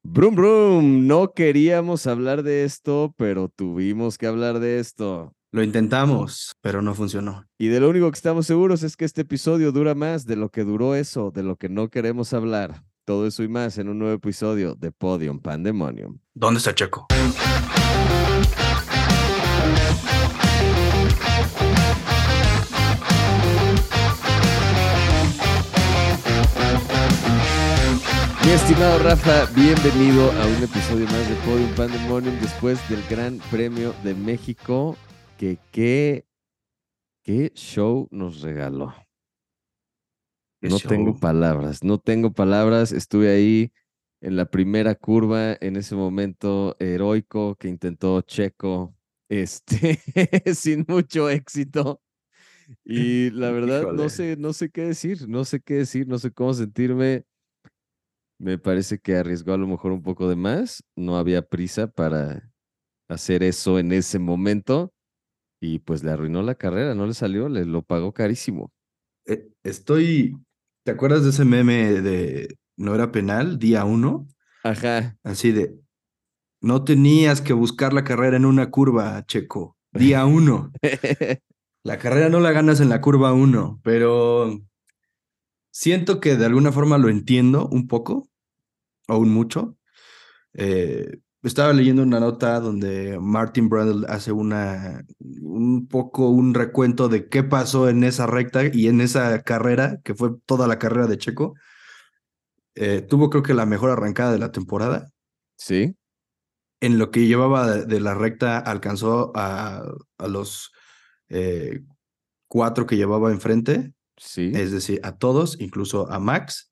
Brum, brum, no queríamos hablar de esto, pero tuvimos que hablar de esto. Lo intentamos, pero no funcionó. Y de lo único que estamos seguros es que este episodio dura más de lo que duró eso, de lo que no queremos hablar. Todo eso y más en un nuevo episodio de Podium Pandemonium. ¿Dónde está Checo? Mi estimado Rafa, bienvenido a un episodio más de Podium Pandemonium después del Gran Premio de México. ¿Qué show nos regaló? ¿Qué No tengo show? palabras, no tengo palabras. Estuve ahí en la primera curva, en ese momento heroico que intentó Checo, sin mucho éxito. Y la verdad, no Híjole. sé, no sé qué decir, no sé qué decir, no sé cómo sentirme. Me parece que arriesgó a lo mejor un poco de más. No había prisa para hacer eso en ese momento. Y pues le arruinó la carrera, no le salió, le lo pagó carísimo. Estoy. ¿Te acuerdas de ese meme de no era penal, día uno? Ajá. Así de, no tenías que buscar la carrera en una curva, Checo. Día uno. La carrera no la ganas en la curva uno, pero siento que de alguna forma lo entiendo un poco, o un mucho. Estaba leyendo una nota donde Martin Brundle hace un poco un recuento de qué pasó en esa recta y en esa carrera, que fue toda la carrera de Checo. Tuvo creo que la mejor arrancada de la temporada. Sí, En lo que llevaba de la recta alcanzó a los eh, cuatro que llevaba enfrente, sí. es decir, a todos, incluso a Max.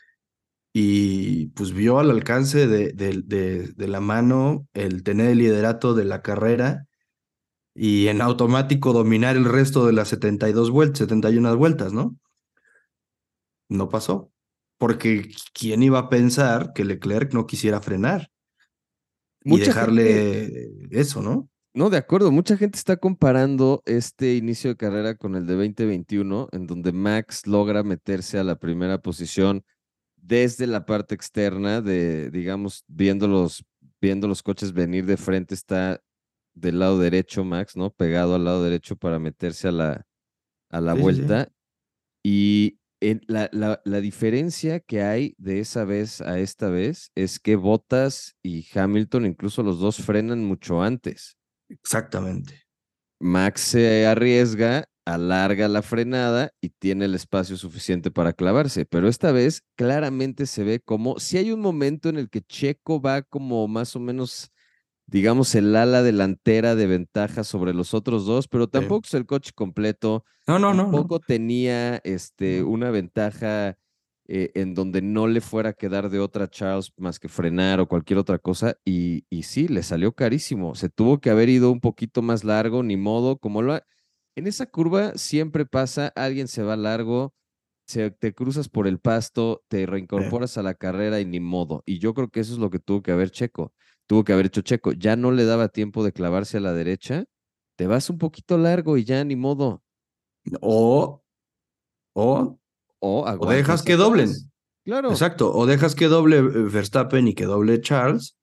Y pues vio al alcance de la mano el tener el liderato de la carrera y en automático dominar el resto de las 72 vueltas, 71 vueltas, ¿no? No pasó, porque ¿quién iba a pensar que Leclerc no quisiera frenar y Mucha gente, dejarle eso, ¿no? no, de acuerdo, mucha gente está comparando este inicio de carrera con el de 2021, en donde Max logra meterse a la primera posición desde la parte externa de, digamos, viendo los coches venir de frente, está del lado derecho Max, ¿no? Pegado al lado derecho para meterse a la Sí, sí, sí. vuelta. Y la diferencia que hay de esa vez a esta vez es que Bottas y Hamilton, incluso los dos, frenan mucho antes. Exactamente. Max se arriesga, alarga la frenada y tiene el espacio suficiente para clavarse, pero esta vez claramente se ve como si hay un momento en el que Checo va como más o menos, digamos, el ala delantera de ventaja sobre los otros dos, pero Sí. tampoco es el coche completo, No, no, no, no. tampoco tenía No. una ventaja en donde no le fuera a quedar de otra a Charles más que frenar o cualquier otra cosa, y sí, le salió carísimo. Se tuvo que haber ido un poquito más largo, ni modo, en esa curva siempre pasa, alguien se va largo, te cruzas por el pasto, te Sí. reincorporas a la carrera y ni modo. Y yo creo que eso es lo que tuvo que haber hecho Checo. Ya no le daba tiempo de clavarse a la derecha, te vas un poquito largo y ya ni modo. O, o, O o dejas aguantas que atrás. doblen. Claro. Exacto. O dejas que doble Verstappen y que doble Charles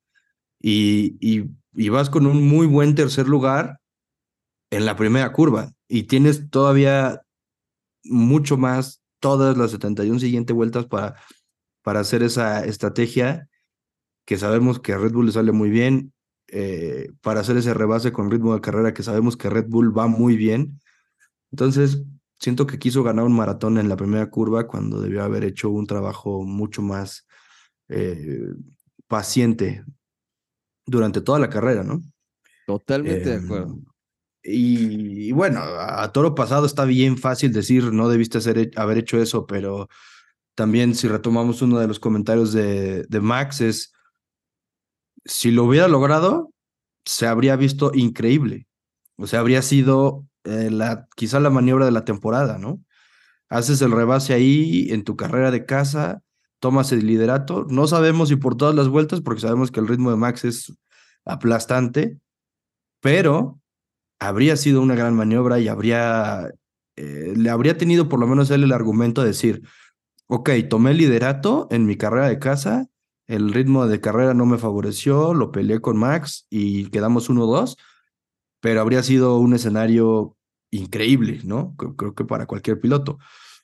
y vas con un muy buen tercer lugar en la primera curva y tienes todavía mucho más, todas las 71 siguientes vueltas para hacer esa estrategia que sabemos que a Red Bull le sale muy bien, para hacer ese rebase con ritmo de carrera que sabemos que Red Bull va muy bien. Entonces, siento que quiso ganar un maratón en la primera curva cuando debió haber hecho un trabajo mucho más eh, paciente durante toda la carrera, ¿no? Totalmente de Eh, acuerdo. y bueno, a toro pasado está bien fácil decir no debiste haber hecho eso, pero también si retomamos uno de los comentarios de Max es, si lo hubiera logrado, se habría visto increíble. O sea, habría sido quizá la maniobra de la temporada, ¿no? Haces el rebase ahí en tu carrera de casa, tomas el liderato. No sabemos si por todas las vueltas, porque sabemos que el ritmo de Max es aplastante, pero habría sido una gran maniobra y le habría tenido por lo menos él el argumento de decir, ok, tomé el liderato en mi carrera de casa el ritmo de carrera no me favoreció, lo peleé con Max y quedamos 1-2, pero habría sido un escenario increíble, ¿no? Creo que para cualquier piloto.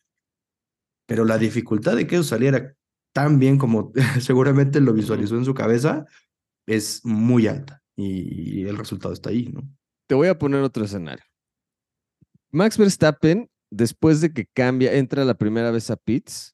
Pero la dificultad de que eso saliera tan bien como seguramente lo Ujú. visualizó en su cabeza es muy alta y el resultado está ahí, ¿no? Te voy a poner otro escenario. Max Verstappen, después de que cambia, entra la primera vez a pits,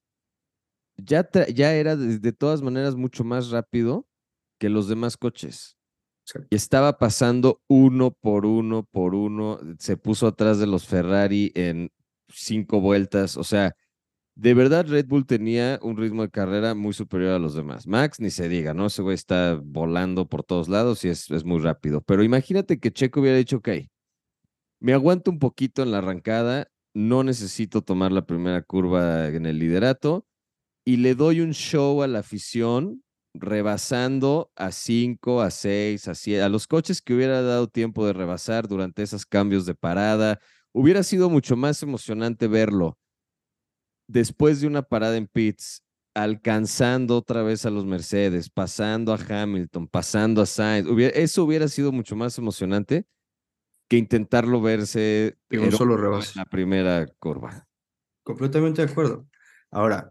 ya era de todas maneras mucho más rápido que los demás coches. Y Exacto. estaba pasando uno por uno por uno, se puso atrás de los Ferrari en 5 vueltas. O sea, de verdad Red Bull tenía un ritmo de carrera muy superior a los demás. Max ni se diga, ¿no? Ese güey está volando por todos lados y es muy rápido. Pero imagínate que Checo hubiera dicho, ok, me aguanto un poquito en la arrancada, no necesito tomar la primera curva en el liderato y le doy un show a la afición, rebasando a 5, a 6, a 7, a los coches que hubiera dado tiempo de rebasar durante esos cambios de parada. Hubiera sido mucho más emocionante verlo después de una parada en pits, alcanzando otra vez a los Mercedes, pasando a Hamilton, pasando a Sainz. Eso hubiera sido mucho más emocionante que intentarlo verse Que un solo heroico en rebase. la primera curva. Completamente de acuerdo. Ahora,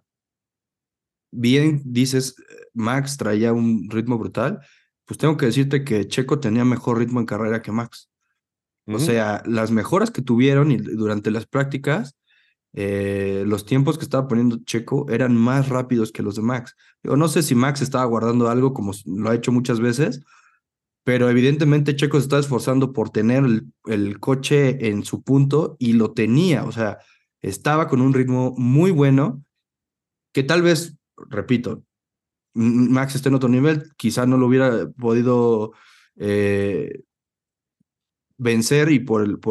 bien dices, Max traía un ritmo brutal, pues tengo que decirte que Checo tenía mejor ritmo en carrera que Max. O Ujú, sea, las mejoras que tuvieron y durante las prácticas, los tiempos que estaba poniendo Checo eran más rápidos que los de Max. Yo no sé si Max estaba guardando algo como lo ha hecho muchas veces, pero evidentemente Checo se está esforzando por tener el coche en su punto y lo tenía. O sea, estaba con un ritmo muy bueno que tal vez, repito, Max está en otro nivel, quizá no lo hubiera podido eh, vencer y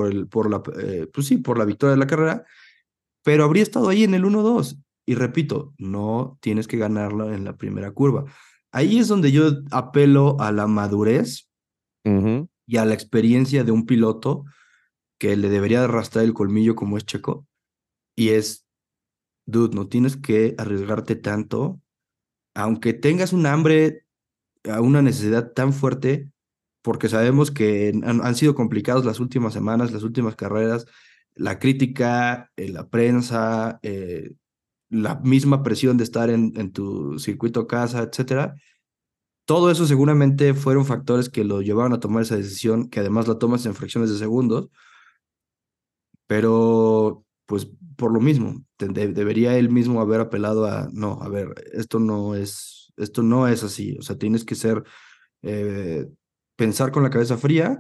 pues sí, por la victoria de la carrera, pero habría estado ahí en el 1-2. Y repito, no tienes que ganarlo en la primera curva. Ahí es donde yo apelo a la madurez ujú. y a la experiencia de un piloto que le debería arrastrar el colmillo como es Checo. Y es, dude, no tienes que arriesgarte tanto, aunque tengas un hambre, a una necesidad tan fuerte, porque sabemos que han sido complicados las últimas semanas, las últimas carreras, la crítica, la prensa, la misma presión de estar en tu circuito casa, etcétera. Todo eso seguramente fueron factores que lo llevaron a tomar esa decisión, que además la tomas en fracciones de segundos, pero pues por lo mismo, debería él mismo haber apelado a, no, a ver, esto no es así, o sea, tienes que ser, eh, pensar con la cabeza fría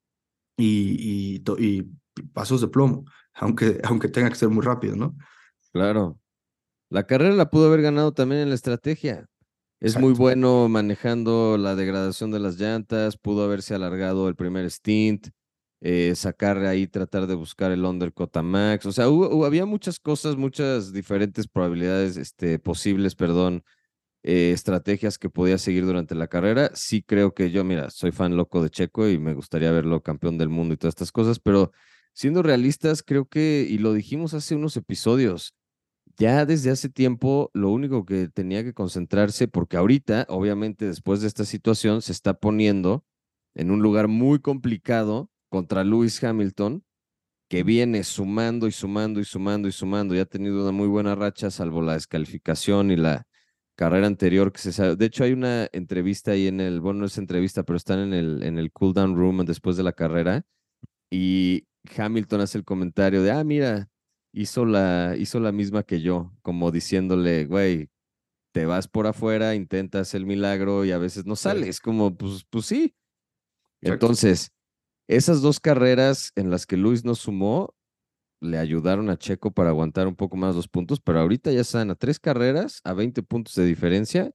y pasos de plomo, aunque tenga que ser muy rápido, ¿no? Claro. La carrera la pudo haber ganado también en la estrategia. Es muy Exacto, bueno manejando la degradación de las llantas, pudo haberse alargado el primer stint, sacar ahí, tratar de buscar el undercut a Max. O sea, había muchas cosas, muchas diferentes probabilidades, posibles, perdón, estrategias que podía seguir durante la carrera. Sí creo que yo, mira, soy fan loco de Checo y me gustaría verlo campeón del mundo y todas estas cosas, pero siendo realistas, creo que, y lo dijimos hace unos episodios, ya desde hace tiempo lo único que tenía que concentrarse, porque ahorita, obviamente, después de esta situación, se está poniendo en un lugar muy complicado contra Lewis Hamilton, que viene sumando y sumando y sumando y sumando. Ya ha tenido una muy buena racha, salvo la descalificación y la carrera anterior que se sabe. De hecho, hay una entrevista ahí bueno, no es entrevista, pero están en el cool down room después de la carrera y Hamilton hace el comentario de, mira, hizo la misma que yo, como diciéndole, güey, te vas por afuera, intentas el milagro y a veces no sí, sales, como, pues sí. exacto. Entonces, esas dos carreras en las que Luis no sumó, le ayudaron a Checo para aguantar un poco más los puntos, pero ahorita ya están a 3 carreras, a 20 puntos de diferencia,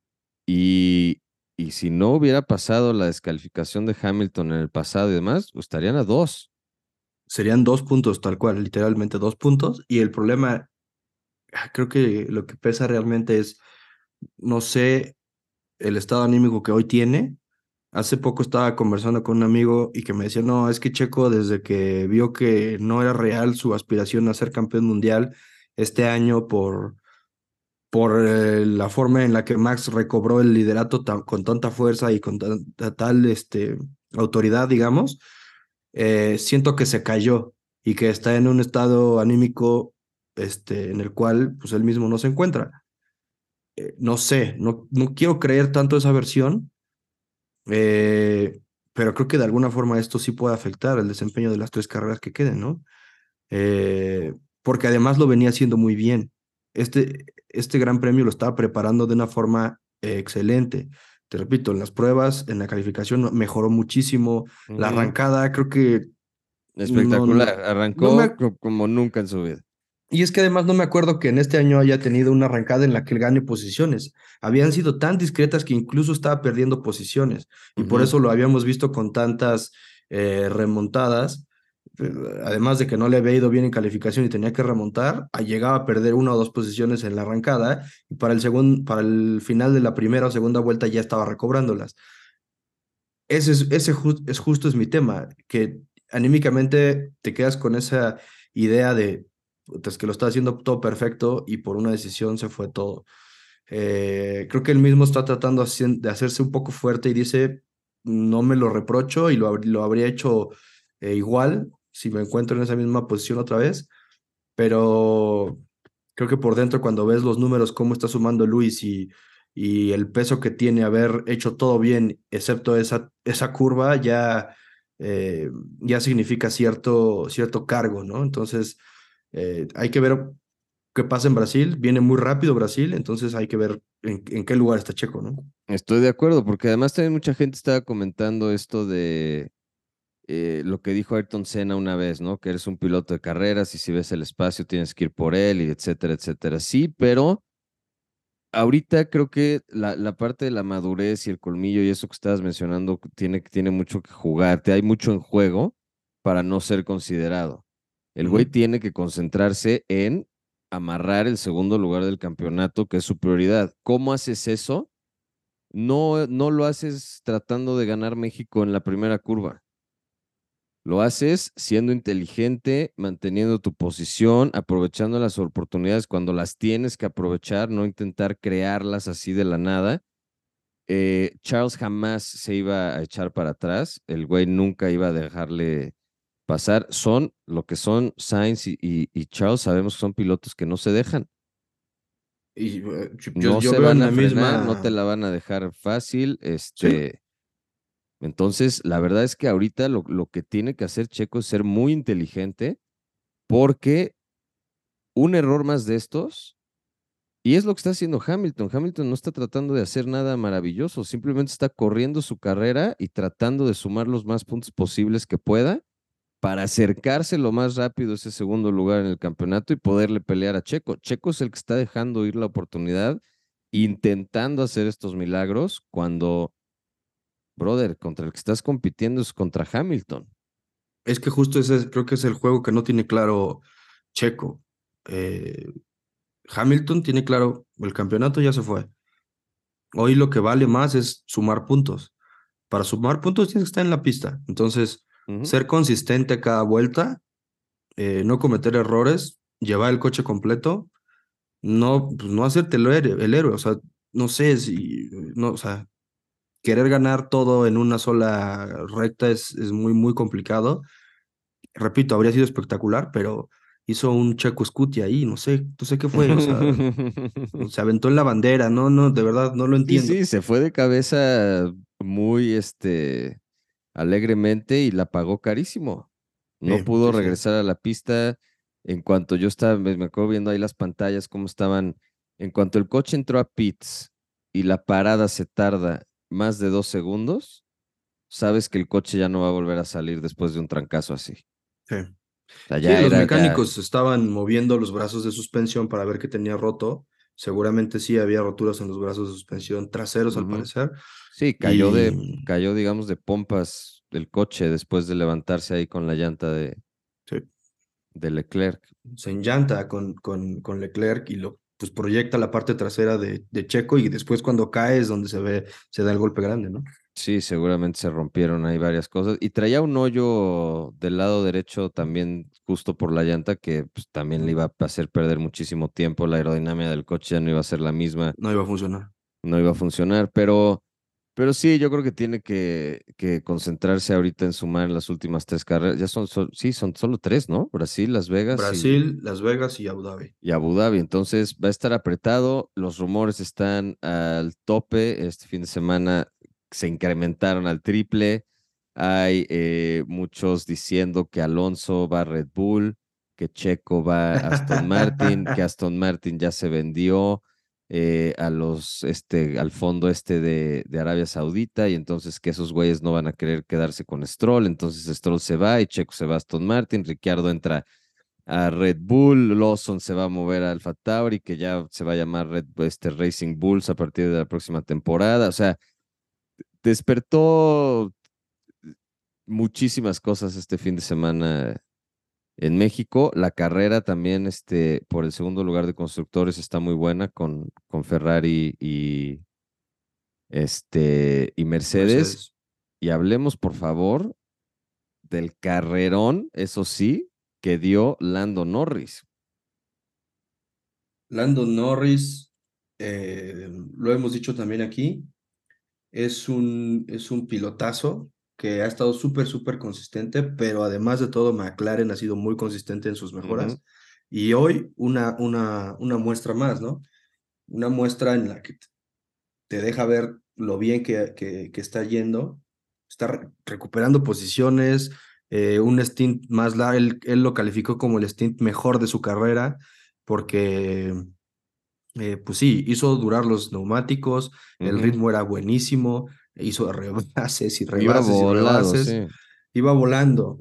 y si no hubiera pasado la descalificación de Hamilton en el pasado y demás, pues estarían a 2. Serían 2 puntos tal cual, literalmente 2 puntos. Y el problema, creo que lo que pesa realmente es, no sé, el estado anímico que hoy tiene. Hace poco estaba conversando con un amigo y que me decía, no, es que Checo desde que vio que no era real su aspiración a ser campeón mundial este año por la forma en la que Max recobró el liderato con tanta fuerza y con tal autoridad, digamos, siento que se cayó y que está en un estado anímico en el cual pues él mismo no se encuentra. No sé, no quiero creer tanto esa versión, eh, pero creo que de alguna forma esto sí puede afectar el desempeño de las tres carreras que queden, ¿no? Porque además lo venía haciendo muy bien. Este gran premio lo estaba preparando de una forma excelente. Te repito, en las pruebas, en la calificación mejoró muchísimo. La Ujú. arrancada, creo que no, Espectacular. no Arrancó me, como nunca en su vida. y es que además no me acuerdo que en este año haya tenido una arrancada en la que él gane posiciones. Habían sido tan discretas que incluso estaba perdiendo posiciones. Y por Ujú. eso lo habíamos visto con tantas remontadas. Eh, Además de que no le había ido bien en calificación y tenía que remontar, llegaba a perder una o dos posiciones en la arrancada y para el final de la primera o segunda vuelta ya estaba recobrándolas. Es justo es mi tema, que anímicamente te quedas con esa idea de "Puta, es que lo está haciendo todo perfecto y por una decisión se fue todo". Creo que él mismo está tratando de hacerse un poco fuerte y dice, no me lo reprocho y lo habría hecho igual si me encuentro en esa misma posición otra vez, pero creo que por dentro cuando ves los números, cómo está sumando Luis y el peso que tiene haber hecho todo bien, excepto esa curva, eh, ya significa cierto cargo, ¿no? Entonces, hay que ver qué pasa en Brasil. Viene muy rápido Brasil, entonces hay que ver en qué lugar está Checo, ¿no? Estoy de acuerdo, porque además también mucha gente estaba comentando esto de lo que dijo Ayrton Senna una vez, ¿no? Que eres un piloto de carreras y si ves el espacio tienes que ir por él y etcétera, etcétera. Sí, pero ahorita creo que la parte de la madurez y el colmillo y eso que estabas mencionando tiene mucho que jugarte, hay mucho en juego para no ser considerado. El güey Ujú. tiene que concentrarse en amarrar el segundo lugar del campeonato, que es su prioridad. ¿Cómo haces eso? No lo haces tratando de ganar México en la primera curva. Lo haces siendo inteligente, manteniendo tu posición, aprovechando las oportunidades cuando las tienes que aprovechar, no intentar crearlas así de la nada. Charles jamás se iba a echar para atrás, el güey nunca iba a dejarle pasar. Son lo que son Sainz y Charles, sabemos que son pilotos que no se dejan, Y no yo se veo en van a la frenar, no te misma, la van a dejar fácil. sí, Entonces, la verdad es que ahorita lo que tiene que hacer Checo es ser muy inteligente porque un error más de estos, y es lo que está haciendo Hamilton. Hamilton no está tratando de hacer nada maravilloso, simplemente está corriendo su carrera y tratando de sumar los más puntos posibles que pueda para acercarse lo más rápido a ese segundo lugar en el campeonato y poderle pelear a Checo. Checo es el que está dejando ir la oportunidad, intentando hacer estos milagros cuando, brother, contra el que estás compitiendo es contra Hamilton. es que justo ese creo que es el juego que no tiene claro Checo. Eh, Hamilton tiene claro, el campeonato ya se fue. Hoy lo que vale más es sumar puntos. Para sumar puntos tienes que estar en la pista. Entonces, Ujú. ser consistente cada vuelta, no cometer errores, llevar el coche completo, no, pues no hacerte el héroe. O sea, no sé si, no, o sea, querer ganar todo en una sola recta es muy complicado. Repito, habría sido espectacular, pero hizo un Checo Scuti ahí, no sé qué fue, o sea, se aventó en la bandera, de verdad, no lo Sí, entiendo. sí, se fue de cabeza muy, alegremente y la pagó carísimo. No pudo Sí, sí. regresar a la pista. En cuanto yo estaba, me acuerdo viendo ahí las pantallas, cómo estaban. En cuanto el coche entró a pits y la parada se tarda más de 2 segundos, sabes que el coche ya no va a volver a salir después de un trancazo así. Sí. O sea, Sí, ya los era, ya. mecánicos estaban moviendo los brazos de suspensión para ver qué tenía roto. Seguramente sí había roturas en los brazos de suspensión traseros, al Ujú. parecer. Sí, Y cayó, digamos, de pompas el coche después de levantarse ahí con la llanta sí, de Leclerc. se enllanta con Leclerc y pues proyecta la parte trasera de Checo y después cuando cae es donde se da el golpe grande, ¿no? Sí, seguramente se rompieron ahí varias cosas. Y traía un hoyo del lado derecho también justo por la llanta que pues, también le Ujú. iba a hacer perder muchísimo tiempo. La aerodinámica del coche ya no iba a ser la misma, No iba a funcionar. no iba a funcionar. Pero sí, yo creo que tiene que concentrarse ahorita en sumar en las últimas tres carreras. Ya sí, son solo tres, ¿no? Brasil, Las Vegas Brasil, Las Vegas y Abu Dhabi. y Abu Dhabi. Entonces va a estar apretado. Los rumores están al tope. Este fin de semana se incrementaron al triple. Hay muchos diciendo que Alonso va a Red Bull, que Checo va a Aston Martin, que Aston Martin ya se vendió al fondo de Arabia Saudita y entonces que esos güeyes no van a querer quedarse con Stroll. Entonces Stroll se va y Checo se va a Aston Martin. Ricciardo entra a Red Bull, Lawson se va a mover a Alfa Tauri, que ya se va a llamar Racing Bulls a partir de la próxima temporada. O sea, despertó muchísimas cosas este fin de semana en México. La carrera también, por el segundo lugar de constructores está muy buena con Ferrari y Mercedes. Mercedes. Y hablemos, por favor, del carrerón, eso sí, que dio Lando Norris. Lando Norris, lo hemos dicho también aquí, es un pilotazo que ha estado súper, súper consistente, pero además de todo, McLaren ha sido muy consistente en sus Ujú. mejoras. Y hoy una muestra más, ¿no? Una muestra en la que te deja ver lo bien que está yendo, está recuperando posiciones, un stint más largo, él lo calificó como el stint mejor de su carrera, porque pues sí, hizo durar los neumáticos, el Ujú. ritmo era buenísimo, hizo rebases y Iba rebases y volado, rebases, sí. iba volando.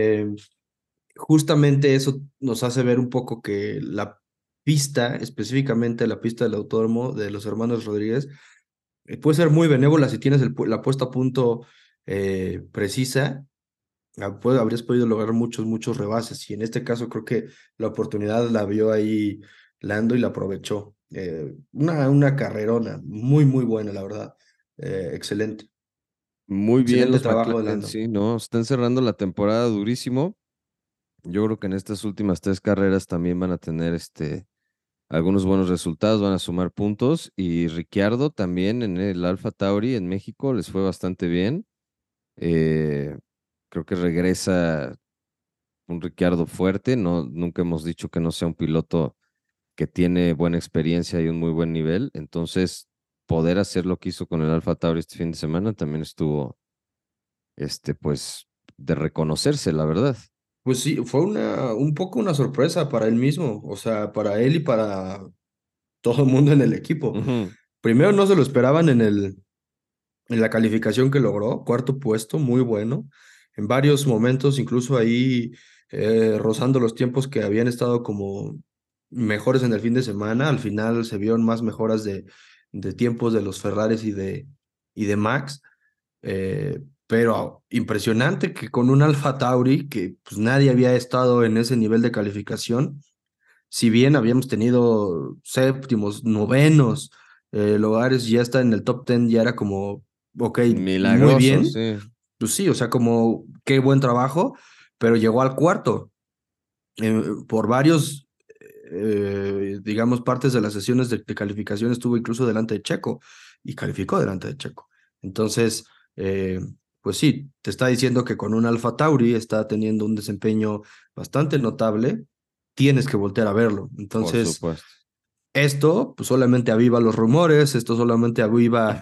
Justamente eso nos hace ver un poco que la pista, específicamente la pista del autódromo de los hermanos Rodríguez, puede ser muy benévola si tienes la puesta a punto precisa. Habrías podido lograr muchos, muchos rebases. Y en este caso creo que la oportunidad la vio ahí Lando y la aprovechó. Una carrerona muy, muy buena, la verdad. Excelente. Muy bien Excelente los trabajo de McLaren, Lando. sí, ¿no? Están cerrando la temporada durísimo. Yo creo que en estas últimas tres carreras también van a tener algunos buenos resultados, van a sumar puntos. Y Ricciardo también en el Alfa Tauri en México les fue bastante bien. Eh, Creo que regresa un Ricciardo fuerte. No, nunca hemos dicho que no sea un piloto que tiene buena experiencia y un muy buen nivel. Entonces, poder hacer lo que hizo con el Alfa Tauri este fin de semana también estuvo, pues, de reconocerse, la verdad. Pues sí, fue un poco una sorpresa para él mismo, o sea, para él y para todo el mundo en el equipo. Ujú. Primero no se lo esperaban en la calificación que logró, cuarto puesto, muy bueno. En varios momentos, incluso ahí rozando los tiempos que habían estado como mejores en el fin de semana, al final se vieron más mejoras de tiempos de los Ferraris y de Max. Pero impresionante que con un Alfa Tauri, que pues nadie había estado en ese nivel de calificación, si bien habíamos tenido séptimos, novenos lugares, ya está en el top 10, ya era como, ok, muy Milagroso, bien, sí. pues sí, o sea, como qué buen trabajo, pero llegó al cuarto. Por varios, digamos, partes de las sesiones de calificación estuvo incluso delante de Checo y calificó delante de Checo. Entonces, eh, pues sí, te está diciendo que con un Alfa Tauri está teniendo un desempeño bastante notable, tienes que voltear a verlo. Por Entonces, supuesto. esto pues solamente aviva los rumores, esto solamente aviva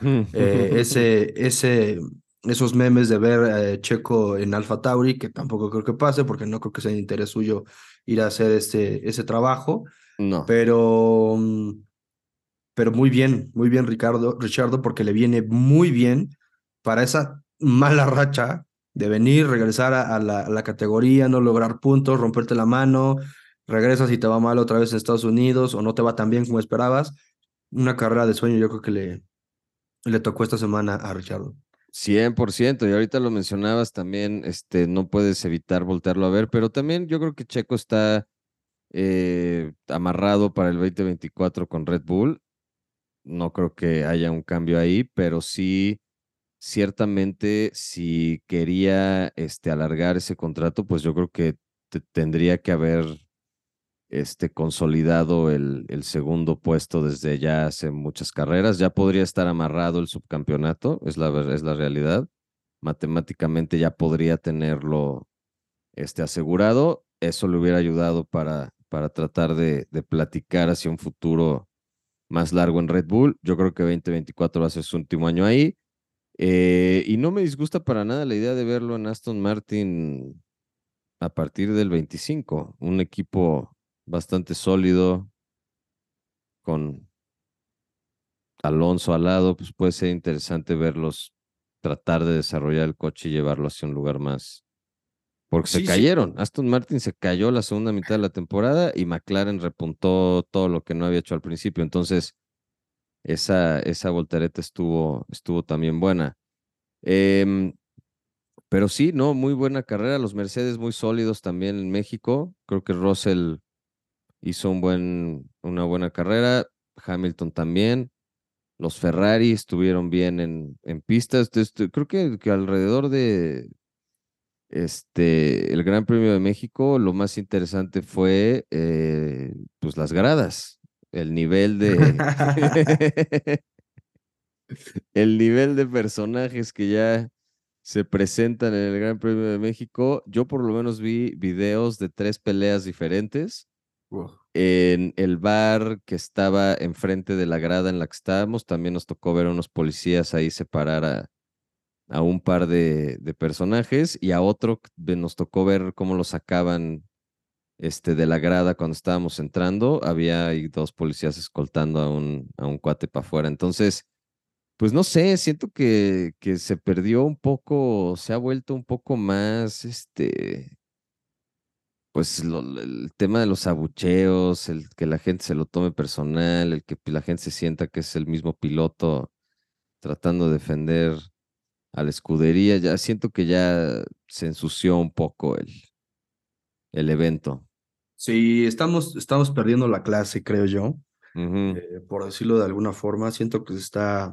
esos memes de ver Checo en Alfa Tauri, que tampoco creo que pase, porque no creo que sea de interés suyo ir a hacer ese trabajo, No, pero, pero muy bien Richardo, porque le viene muy bien para esa mala racha de venir, regresar a la categoría, no lograr puntos, romperte la mano, regresas y te va mal otra vez en Estados Unidos o no te va tan bien como esperabas. Una carrera de sueño yo creo que le tocó esta semana a Richardo. 100%. Y ahorita lo mencionabas también, no puedes evitar voltearlo a ver, pero también yo creo que Checo está amarrado para el 2024 con Red Bull. No creo que haya un cambio ahí, pero sí. ciertamente si quería alargar ese contrato, pues yo creo que tendría que haber consolidado el segundo puesto desde ya hace muchas carreras. Ya podría estar amarrado el subcampeonato, es la realidad. Matemáticamente ya podría tenerlo asegurado. Eso le hubiera ayudado para tratar de platicar hacia un futuro más largo en Red Bull. Yo creo que 2024 va a ser su último año ahí. Y no me disgusta para nada la idea de verlo en Aston Martin a partir del 25. Un equipo bastante sólido, con Alonso al lado, pues puede ser interesante verlos tratar de desarrollar el coche y llevarlo hacia un lugar más. Porque se Sí, sí. cayeron. Aston Martin se cayó la segunda mitad de la temporada y McLaren repuntó todo lo que no había hecho al principio. Entonces, esa voltereta estuvo también buena. Em, pero sí, no, muy buena carrera. Los Mercedes muy sólidos también en México. Creo que Russell hizo una buena carrera. Hamilton también. Los Ferrari estuvieron bien en pistas. Creo que alrededor de el Gran Premio de México, lo más interesante fue pues las gradas, el nivel de el nivel de personajes que ya se presentan en el Gran Premio de México. Yo por lo menos vi videos de 3 peleas diferentes. Wow. En el bar que estaba enfrente de la grada en la que estábamos, también nos tocó ver a unos policías ahí separar a un par de personajes y a otro nos tocó ver cómo lo sacaban de la grada cuando estábamos entrando. Había ahí 2 policías escoltando a un cuate para afuera. Entonces, pues no sé, siento que se perdió un poco, se ha vuelto un poco más, pues el tema de los abucheos, el que la gente se lo tome personal, el que la gente se sienta que es el mismo piloto tratando de defender a la escudería. Ya siento que ya se ensució un poco el evento. Sí, estamos perdiendo la clase, creo yo. Ujú, Por decirlo de alguna forma, siento que se está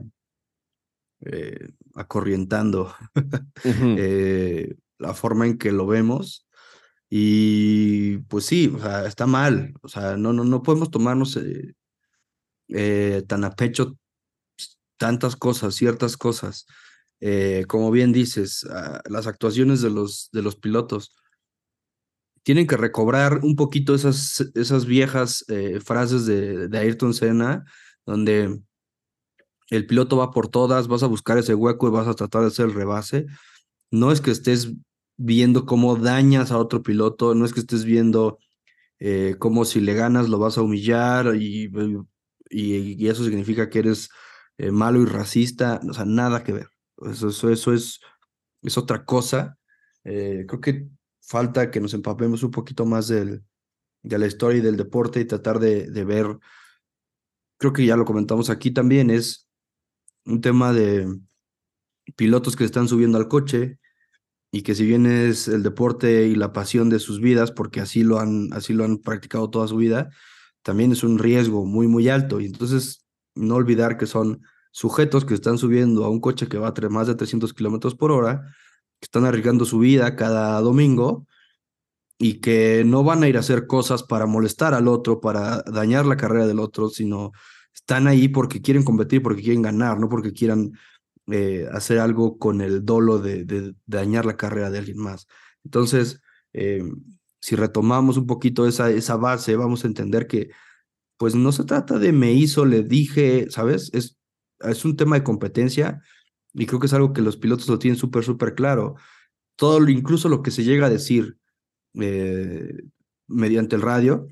acorrientando ujú. la forma en que lo vemos. Y pues sí, o sea, está mal. O sea, no podemos tomarnos tan a pecho tantas cosas, ciertas cosas. Como bien dices, las actuaciones de los pilotos tienen que recobrar un poquito esas viejas frases de Ayrton Senna, donde el piloto va por todas, vas a buscar ese hueco y vas a tratar de hacer el rebase. No es que estés viendo cómo dañas a otro piloto, no es que estés viendo cómo si le ganas lo vas a humillar y eso significa que eres malo y racista, o sea, nada que ver. Eso es otra cosa. Creo que falta que nos empapemos un poquito más de la historia y del deporte y tratar de ver, creo que ya lo comentamos aquí también, es un tema de pilotos que están subiendo al coche y que si bien es el deporte y la pasión de sus vidas, porque así lo han practicado toda su vida, también es un riesgo muy, muy alto. Y entonces, no olvidar que son sujetos que están subiendo a un coche que va a más de 300 kilómetros por hora, que están arriesgando su vida cada domingo y que no van a ir a hacer cosas para molestar al otro, para dañar la carrera del otro, sino están ahí porque quieren competir, porque quieren ganar, no porque quieran hacer algo con el dolo de dañar la carrera de alguien más. Entonces, eh, si retomamos un poquito esa base, vamos a entender que pues no se trata de me hizo, le dije, ¿sabes? Es un tema de competencia y creo que es algo que los pilotos lo tienen súper, súper claro. Incluso lo que se llega a decir eh, mediante el radio,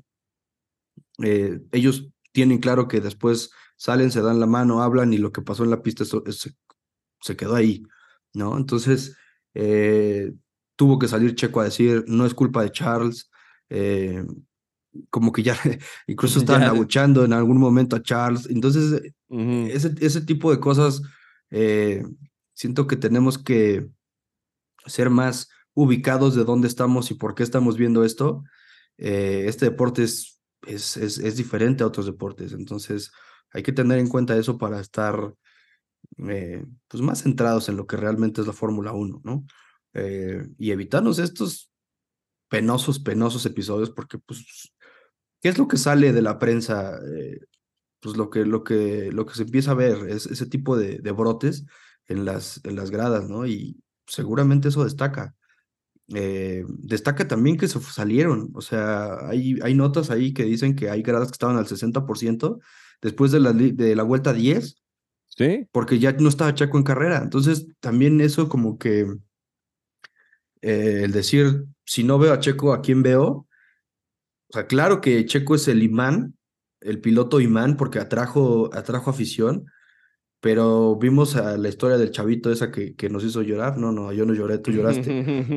ellos tienen claro que después salen, se dan la mano, hablan y lo que pasó en la pista se quedó ahí, ¿no? Entonces, eh, tuvo que salir Checo a decir, no es culpa de Charles, eh, como que ya incluso estaban Ya, abuchando en algún momento a Charles. Entonces, ujú. ese tipo de cosas, eh, siento que tenemos que ser más ubicados de dónde estamos y por qué estamos viendo esto. Este deporte es diferente a otros deportes, entonces hay que tener en cuenta eso para estar pues más centrados en lo que realmente es la Fórmula Uno, ¿no? Y evitarnos estos penosos episodios, porque pues, ¿qué es lo que sale de la prensa? Pues lo que se empieza a ver es ese tipo de brotes en las gradas, ¿no? Y seguramente eso destaca. Destaca también que se salieron, o sea, hay notas ahí que dicen que hay gradas que estaban al 60% después de la vuelta 10 ¿Sí? porque ya no estaba Checo en carrera. Entonces, también eso como que el decir, si no veo a Checo, ¿a quién veo? O sea, claro que Checo es el imán, el piloto imán, porque atrajo afición, pero vimos a la historia del chavito esa que nos hizo llorar. No, no, yo no lloré, tú lloraste.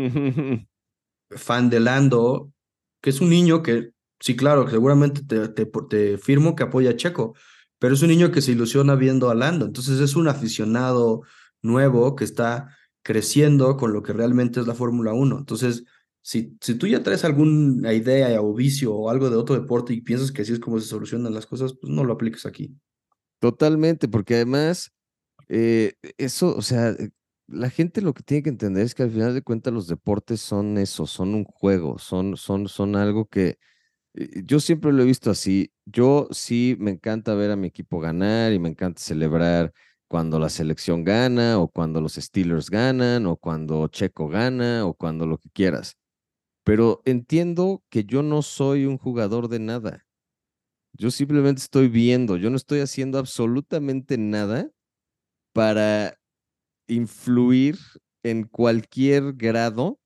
Fan de Lando, que es un niño que, sí, claro, que seguramente te firmo que apoya a Checo, pero es un niño que se ilusiona viendo a Lando. Entonces es un aficionado nuevo que está creciendo con lo que realmente es la Fórmula Uno. Entonces, si tú ya traes alguna idea o vicio o algo de otro deporte y piensas que así es como se solucionan las cosas, pues no lo apliques aquí. Totalmente, porque además, eso, o sea, la gente lo que tiene que entender es que al final de cuentas los deportes son eso, son un juego, son algo que yo siempre lo he visto así. Yo sí me encanta ver a mi equipo ganar y me encanta celebrar cuando la selección gana o cuando los Steelers ganan o cuando Checo gana o cuando lo que quieras. Pero entiendo que yo no soy un jugador de nada. Yo simplemente estoy viendo, yo no estoy haciendo absolutamente nada para influir en cualquier grado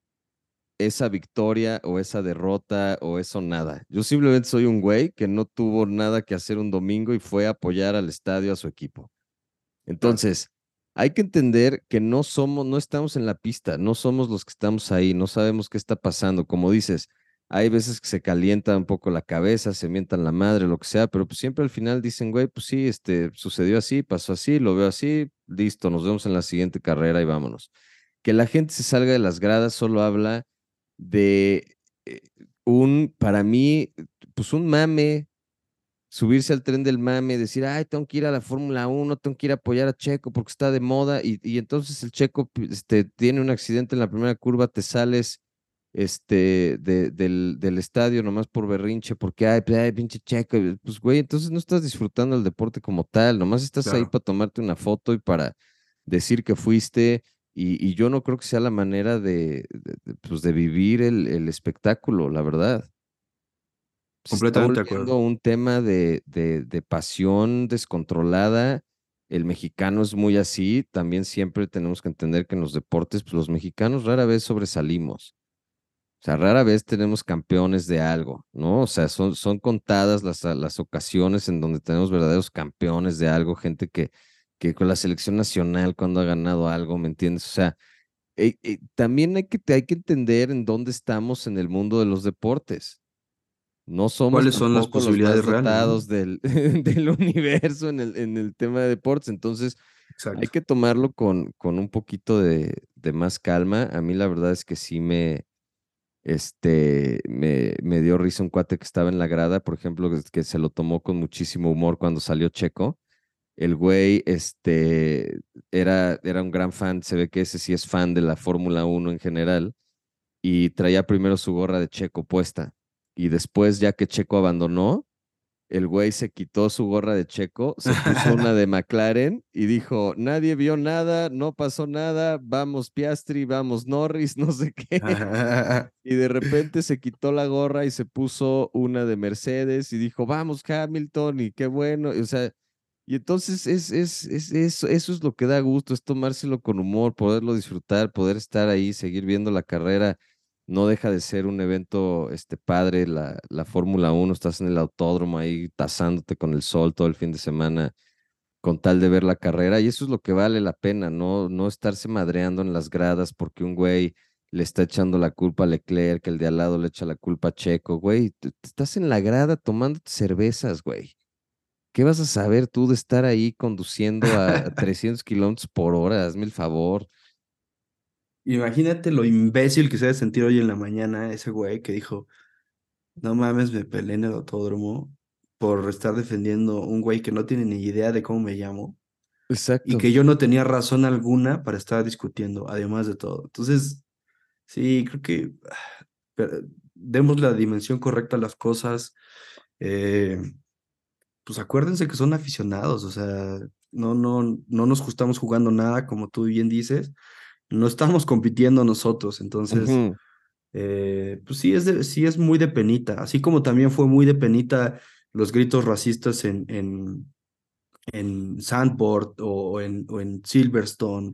esa victoria o esa derrota o eso nada. Yo simplemente soy un güey que no tuvo nada que hacer un domingo y fue a apoyar al estadio a su equipo. Claro, Entonces, hay que entender que no somos, no estamos en la pista, no somos los que estamos ahí, no sabemos qué está pasando. Como dices, hay veces que se calienta un poco la cabeza, se mientan la madre, lo que sea, pero pues siempre al final dicen, güey, pues sí, sucedió así, pasó así, lo veo así, listo, nos vemos en la siguiente carrera y vámonos. Que la gente se salga de las gradas solo habla de eh, para mí, pues un mame, subirse al tren del mame, decir, ay, tengo que ir a la Fórmula 1, tengo que ir a apoyar a Checo porque está de moda, y entonces el Checo tiene un accidente en la primera curva, te sales del estadio nomás por berrinche, porque, ay, pues, ay, pinche Checo, y, pues, güey, entonces no estás disfrutando el deporte como tal, nomás estás ahí claro, para tomarte una foto y para decir que fuiste, y yo no creo que sea la manera pues, de vivir el espectáculo, la verdad se está completamente de acuerdo. volviendo un tema de pasión descontrolada. El mexicano es muy así. También siempre tenemos que entender que en los deportes, pues los mexicanos rara vez sobresalimos. O sea, rara vez tenemos campeones de algo, ¿no? O sea, son contadas las ocasiones en donde tenemos verdaderos campeones de algo, gente que con la selección nacional cuando ha ganado algo, ¿me entiendes? O sea, también hay que entender en dónde estamos en el mundo de los deportes. No somos ¿Cuáles son las tampoco los más posibilidades reales, no? dotados del universo en el tema de deportes, entonces hay Exacto. que tomarlo con un poquito de más calma. A mí la verdad es que sí me dio risa un cuate que estaba en la grada, por ejemplo, que se lo tomó con muchísimo humor cuando salió Checo. El güey, era un gran fan, se ve que ese sí es fan de la Fórmula 1 en general y traía primero su gorra de Checo puesta. Y después, ya que Checo abandonó, el güey se quitó su gorra de Checo, se puso una de McLaren y dijo, nadie vio nada, no pasó nada, vamos Piastri, vamos Norris, no sé qué. Y de repente se quitó la gorra y se puso una de Mercedes y dijo, vamos Hamilton y qué bueno. O sea, y entonces eso es lo que da gusto, es tomárselo con humor, poderlo disfrutar, poder estar ahí, seguir viendo la carrera. No deja de ser un evento padre, la Fórmula 1, estás en el autódromo ahí tasándote con el sol todo el fin de semana con tal de ver la carrera, y eso es lo que vale la pena, no estarse madreando en las gradas porque un güey le está echando la culpa a Leclerc, que el de al lado le echa la culpa a Checo, güey, estás en la grada tomándote cervezas, güey. ¿Qué vas a saber tú de estar ahí conduciendo a 300 kilómetros por hora? Hazme el favor. Imagínate lo imbécil que se debe sentir hoy en la mañana ese güey que dijo, no mames, me peleé en el autódromo por estar defendiendo un güey que no tiene ni idea de cómo me llamo. y Exacto. que yo no tenía razón alguna para estar discutiendo, además de todo. Entonces, sí, creo que demos la dimensión correcta a las cosas. Eh, pues acuérdense que son aficionados, o sea, no nos estamos jugando nada, como tú bien dices, no estamos compitiendo nosotros, entonces, Ujú. pues sí sí es muy de penita, así como también fue muy de penita los gritos racistas en Sandport o en Silverstone,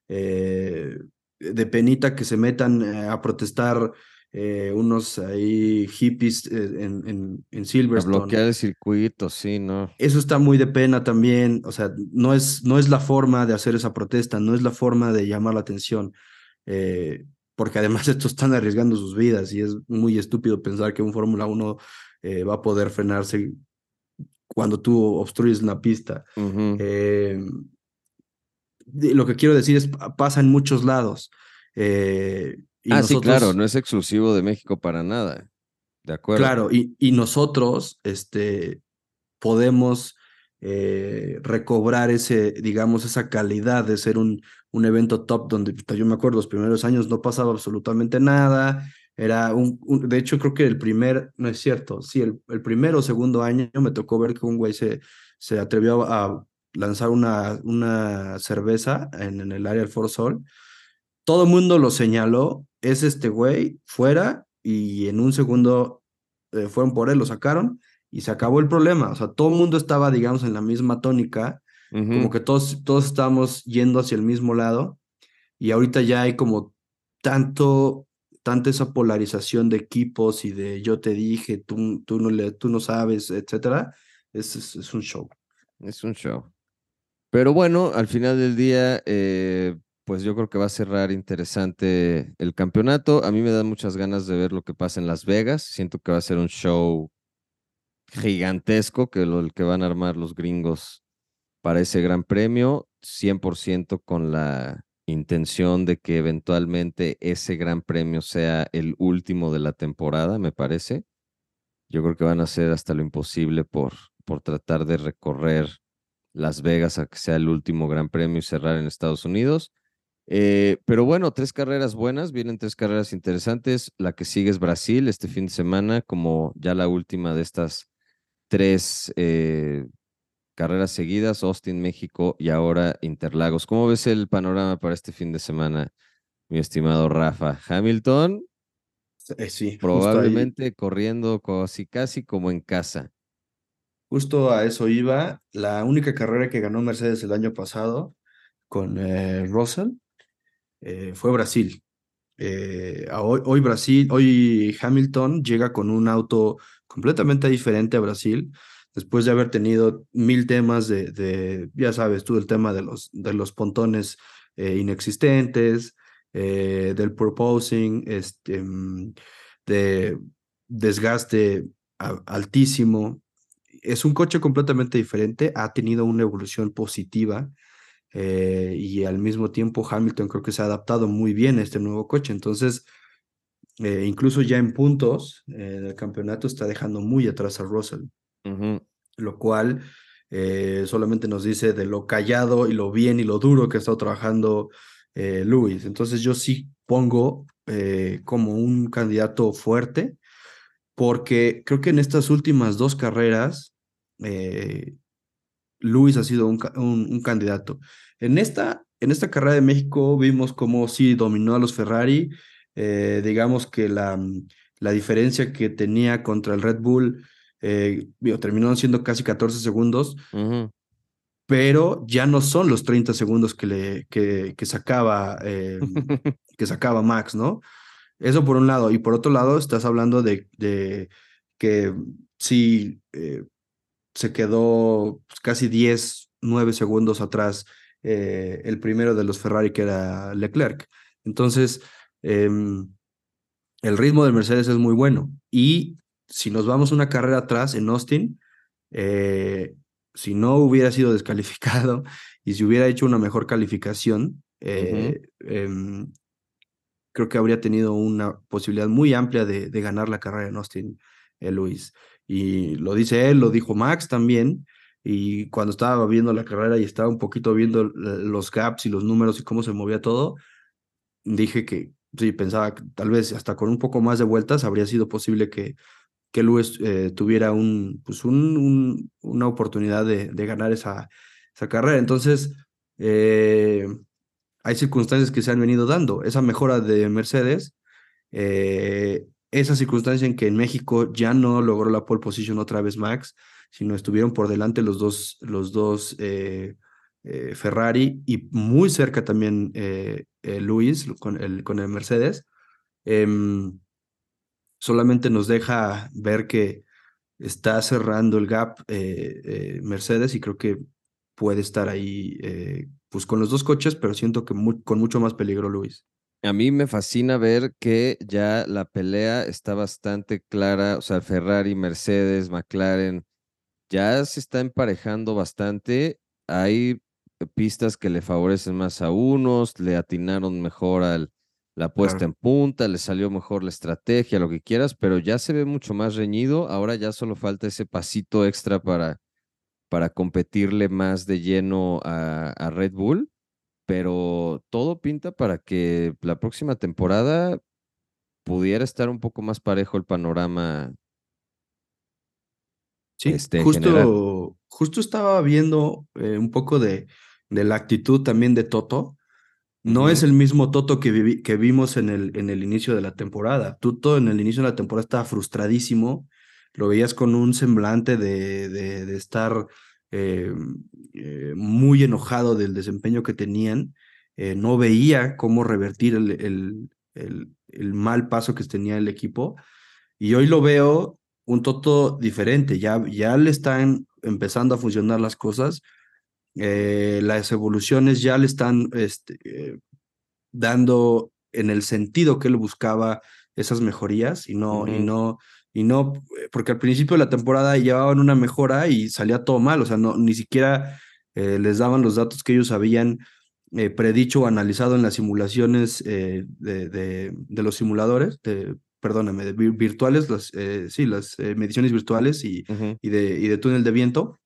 de penita que se metan a protestar unos ahí hippies en A Silverstone. bloquear el circuito, sí, ¿no? Eso está muy de pena también, o sea, no es la forma de hacer esa protesta, no es la forma de llamar la atención, eh, porque además estos están arriesgando sus vidas y es muy estúpido pensar que un Fórmula 1 va a poder frenarse cuando tú obstruyes una pista. Ujú. Eh, lo que quiero decir es, pasa en muchos lados y Ah, sí, claro, nosotros, no es exclusivo de México para nada. De acuerdo. claro, y nosotros, podemos recobrar ese, digamos, esa calidad de ser un evento top donde puta, yo me acuerdo los primeros años no pasaba absolutamente nada. Era de hecho, creo que el primer, no es cierto, sí, el primer o segundo año me tocó ver que un güey se atrevió a lanzar una cerveza en el área del Foro Sol. Todo el mundo lo señaló, es este güey, fuera, y en un segundo fueron por él, lo sacaron y se acabó el problema. O sea, todo el mundo estaba, digamos, en la misma tónica, como Ujú. que todos estábamos yendo hacia el mismo lado, y ahorita ya hay como tanto, tanta esa polarización de equipos y de yo te dije, tú no sabes, etcétera. Es un show. Es un show. Pero bueno, al final del día, pues yo creo que va a cerrar interesante el campeonato. A mí me dan muchas ganas de ver lo que pasa en Las Vegas. Siento que va a ser un show gigantesco, el que van a armar los gringos para ese gran premio, 100% con la intención de que eventualmente ese gran premio sea el último de la temporada, me parece. Yo creo que van a hacer hasta lo imposible por tratar de recorrer Las Vegas a que sea el último gran premio y cerrar en Estados Unidos. Pero bueno, tres carreras buenas, vienen tres carreras interesantes. La que sigue es Brasil este fin de semana, como ya la última de estas tres carreras seguidas, Austin, México y ahora Interlagos. ¿Cómo ves el panorama para este fin de semana, mi estimado Rafa? Hamilton, Sí, justo ahí, probablemente corriendo casi casi como en casa. justo a eso iba. La única carrera que ganó Mercedes el año pasado con Russell fue Brasil. Hoy Brasil, hoy Hamilton llega con un auto completamente diferente a Brasil, después de haber tenido mil temas ya sabes tú, el tema de los pontones inexistentes, del proposing, de desgaste altísimo. Es un coche completamente diferente, ha tenido una evolución positiva y al mismo tiempo Hamilton creo que se ha adaptado muy bien a este nuevo coche. Entonces, incluso ya en puntos del campeonato está dejando muy atrás a Russell, Ujú. lo cual solamente nos dice de lo callado y lo bien y lo duro que ha estado trabajando Lewis. Entonces yo sí pongo como un candidato fuerte porque creo que en estas últimas dos carreras Luis ha sido un candidato. En esta carrera de México vimos cómo sí dominó a los Ferrari. Digamos que la diferencia que tenía contra el Red Bull terminó siendo casi 14 segundos, Ujú. pero ya no son los 30 segundos que sacaba Max, ¿no? Eso por un lado. Y por otro lado, estás hablando de que sí. Se quedó pues, casi 9 segundos atrás el primero de los Ferrari, que era Leclerc. Entonces, el ritmo del Mercedes es muy bueno. Y si nos vamos una carrera atrás en Austin, eh, si no hubiera sido descalificado y si hubiera hecho una mejor calificación, Ujú. creo que habría tenido una posibilidad muy amplia de ganar la carrera en Austin, Luis. Y lo dice él, lo dijo Max también. y cuando estaba viendo la carrera y estaba un poquito viendo los gaps y los números y cómo se movía todo, dije que sí, pensaba que tal vez hasta con un poco más de vueltas habría sido posible que Lewis tuviera una oportunidad de ganar esa carrera. Entonces, eh, hay circunstancias que se han venido dando. Esa mejora de Mercedes, esa circunstancia en que en México ya no logró la pole position otra vez Max, sino estuvieron por delante los dos Ferrari y muy cerca también Lewis con el Mercedes. em, Solamente nos deja ver que está cerrando el gap Mercedes y creo que puede estar ahí pues con los dos coches, pero siento que con mucho más peligro Luis. A mí me fascina ver que ya la pelea está bastante clara, o sea, Ferrari, Mercedes, McLaren, ya se está emparejando bastante. Hay pistas que le favorecen más a unos, le atinaron mejor la puesta Claro. en punta, le salió mejor la estrategia, lo que quieras, pero ya se ve mucho más reñido. Ahora ya solo falta ese pasito extra para competirle más de lleno a Red Bull, pero todo pinta para que la próxima temporada pudiera estar un poco más parejo el panorama Sí, en general. justo estaba viendo un poco de la actitud también de Toto. No es Ujú, el mismo Toto que vimos en el inicio de la temporada. Toto en el inicio de la temporada estaba frustradísimo. Lo veías con un semblante de estar eh, muy enojado del desempeño que tenían. No veía cómo revertir el mal paso que tenía el equipo. Y hoy lo veo un Toto diferente. Ya le están empezando a funcionar las cosas. Las evoluciones ya le están dando en el sentido que él buscaba esas mejorías ujú. y no, porque al principio de la temporada llevaban una mejora y salía todo mal, o sea, no, ni siquiera les daban los datos que ellos habían predicho o analizado en las simulaciones de los simuladores, perdóname, virtuales, sí, las mediciones virtuales Ujú. y de túnel de viento.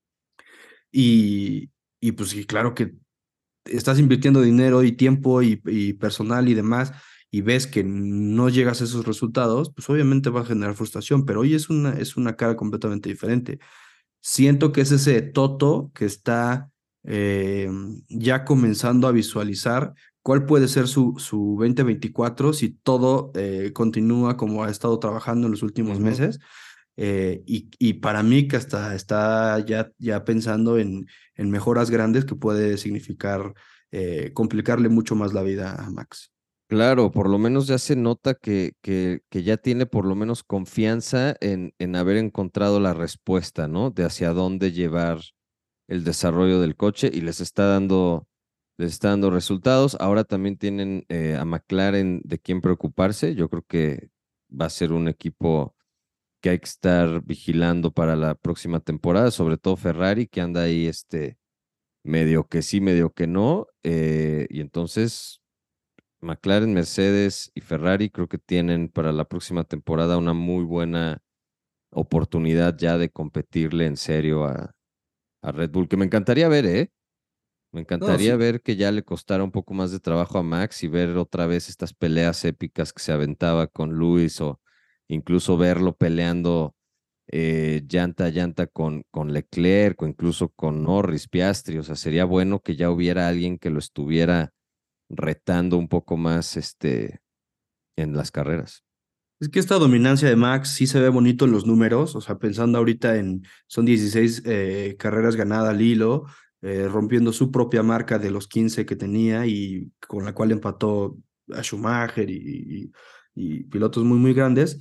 Y pues sí, claro que estás invirtiendo dinero y tiempo y personal y demás, y ves que no llegas a esos resultados, pues obviamente va a generar frustración, pero hoy es una cara completamente diferente. Siento que es ese Toto que está eh, ya comenzando a visualizar cuál puede ser su 2024 si todo continúa como ha estado trabajando en los últimos Ujú. meses. Y para mí que hasta está ya pensando en mejoras grandes que puede significar complicarle mucho más la vida a Max. Claro, por lo menos ya se nota que ya tiene por lo menos confianza en haber encontrado la respuesta, ¿no? De hacia dónde llevar el desarrollo del coche y les está dando resultados. Ahora también tienen a McLaren de quién preocuparse. Yo creo que va a ser un equipo que hay que estar vigilando para la próxima temporada, sobre todo Ferrari, que anda ahí medio que sí, medio que no. Y entonces McLaren, Mercedes y Ferrari creo que tienen para la próxima temporada una muy buena oportunidad ya de competirle en serio a Red Bull, que me encantaría ver, ¿eh? Me No, encantaría sí. ver que ya le costara un poco más de trabajo a Max y ver otra vez estas peleas épicas que se aventaba con Luis o incluso verlo peleando llanta a llanta con Leclerc o incluso con Norris, Piastri. O sea, sería bueno que ya hubiera alguien que lo estuviera retando un poco más en las carreras. Es que esta dominancia de Max sí se ve bonito en los números, o sea, pensando ahorita son 16 carreras ganadas al hilo, rompiendo su propia marca de los 15 que tenía y con la cual empató a Schumacher y pilotos muy, muy grandes,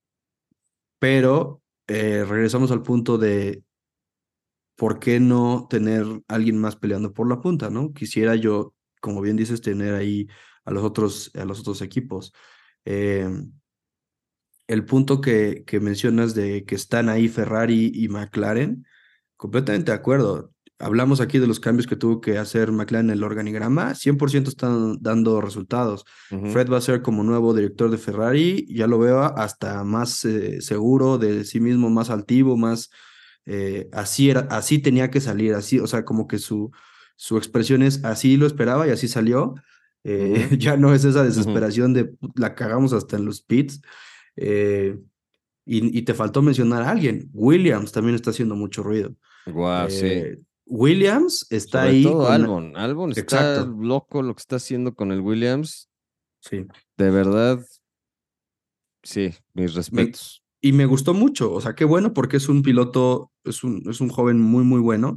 pero regresamos al punto de ¿por qué no tener alguien más peleando por la punta, ¿no? Quisiera yo, como bien dices, tener ahí a los otros equipos. Eh, el punto que mencionas de que están ahí Ferrari y McLaren, completamente de acuerdo. Hablamos aquí de los cambios que tuvo que hacer McLaren en el organigrama, 100% están dando resultados. Ujú. Fred va a ser como nuevo director de Ferrari, ya lo veo hasta más seguro de sí mismo, más altivo, más así era, así tenía que salir, así, o sea, como que su expresión es así lo esperaba y así salió. Ujú. Ya no es esa Ujú. desesperación de la cagamos hasta en los pits. Eh, y te faltó mencionar a alguien. Williams también está haciendo mucho ruido. Guau, sí. Williams está Sobre ahí todo con... Albon. Albon está Exacto, loco lo que está haciendo con el Williams. sí. De verdad, sí, mis Me, respetos. y me gustó mucho, o sea, qué bueno porque es un piloto, es un joven muy, muy bueno.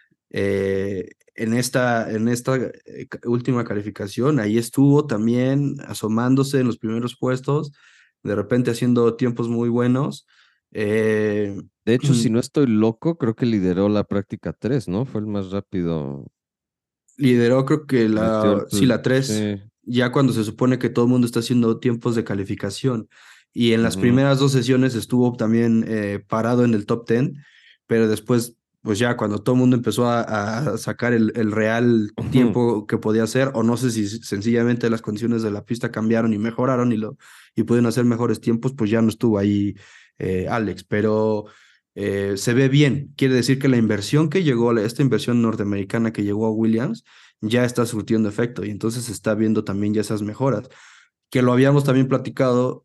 En esta última calificación, ahí estuvo también asomándose en los primeros puestos, de repente haciendo tiempos muy buenos. Eh, De hecho, si no estoy loco, creo que lideró la práctica 3, ¿no? Fue el más rápido. Lideró creo que Metió sí, la 3 sí. ya cuando se supone que todo el mundo está haciendo tiempos de calificación. Y en las Ujú. primeras dos sesiones estuvo también parado en el top 10, pero después, pues ya cuando todo el mundo empezó a sacar el real Ujú. tiempo que podía hacer, o no sé si sencillamente las condiciones de la pista cambiaron y mejoraron y pudieron hacer mejores tiempos, pues ya no estuvo ahí Alex, pero se ve bien. Quiere decir que la inversión que llegó, esta inversión norteamericana que llegó a Williams, ya está surtiendo efecto y entonces se está viendo también ya esas mejoras, que lo habíamos también platicado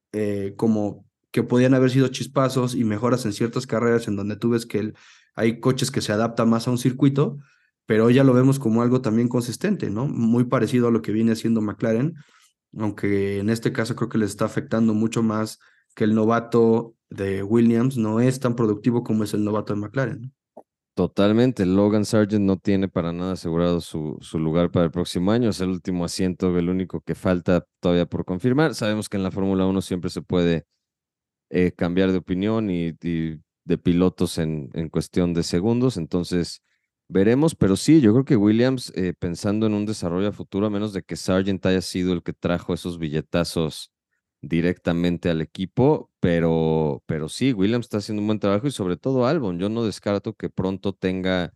como que podían haber sido chispazos y mejoras en ciertas carreras en donde tú ves que hay coches que se adaptan más a un circuito, pero hoy ya lo vemos como algo también consistente, ¿no? Muy parecido a lo que viene haciendo McLaren, aunque en este caso creo que les está afectando mucho más que el novato de Williams no es tan productivo como es el novato de McLaren, ¿no? Totalmente. Logan Sargent no tiene para nada asegurado su lugar para el próximo año. Es el último asiento, el único que falta todavía por confirmar. Sabemos que en la Fórmula 1 siempre se puede cambiar de opinión y de pilotos en cuestión de segundos. Entonces, veremos. Pero sí, yo creo que Williams, pensando en un desarrollo a futuro, a menos de que Sargent haya sido el que trajo esos billetazos directamente al equipo, pero sí, Williams está haciendo un buen trabajo y sobre todo Albon. Yo no descarto que pronto tenga